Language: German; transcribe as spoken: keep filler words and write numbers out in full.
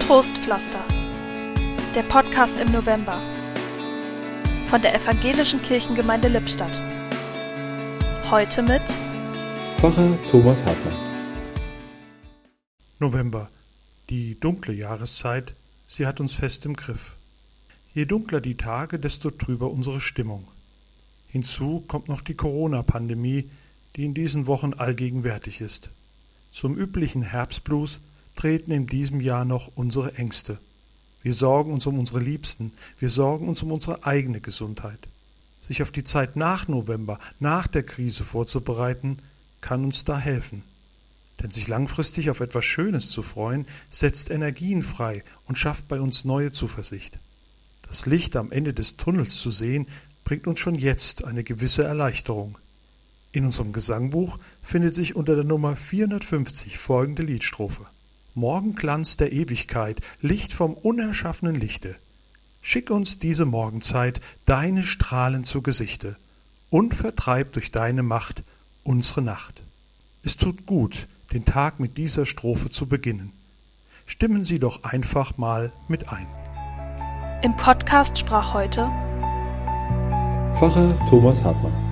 Trostpflaster. Der Podcast im November von der Evangelischen Kirchengemeinde Lippstadt. Heute mit Pfarrer Thomas Hartmann. November, die dunkle Jahreszeit, sie hat uns fest im Griff. Je dunkler die Tage, desto trüber unsere Stimmung. Hinzu kommt noch die Corona-Pandemie, die in diesen Wochen allgegenwärtig ist. Zum üblichen Herbstblues treten in diesem Jahr noch unsere Ängste. Wir sorgen uns um unsere Liebsten, wir sorgen uns um unsere eigene Gesundheit. Sich auf die Zeit nach November, nach der Krise vorzubereiten, kann uns da helfen. Denn sich langfristig auf etwas Schönes zu freuen, setzt Energien frei und schafft bei uns neue Zuversicht. Das Licht am Ende des Tunnels zu sehen, bringt uns schon jetzt eine gewisse Erleichterung. In unserem Gesangbuch findet sich unter der Nummer vierhundertfünfzig folgende Liedstrophe. Morgenglanz der Ewigkeit, Licht vom unerschaffenen Lichte. Schick uns diese Morgenzeit deine Strahlen zu Gesichte und vertreib durch deine Macht unsere Nacht. Es tut gut, den Tag mit dieser Strophe zu beginnen. Stimmen Sie doch einfach mal mit ein. Im Podcast sprach heute Pfarrer Thomas Hartmann.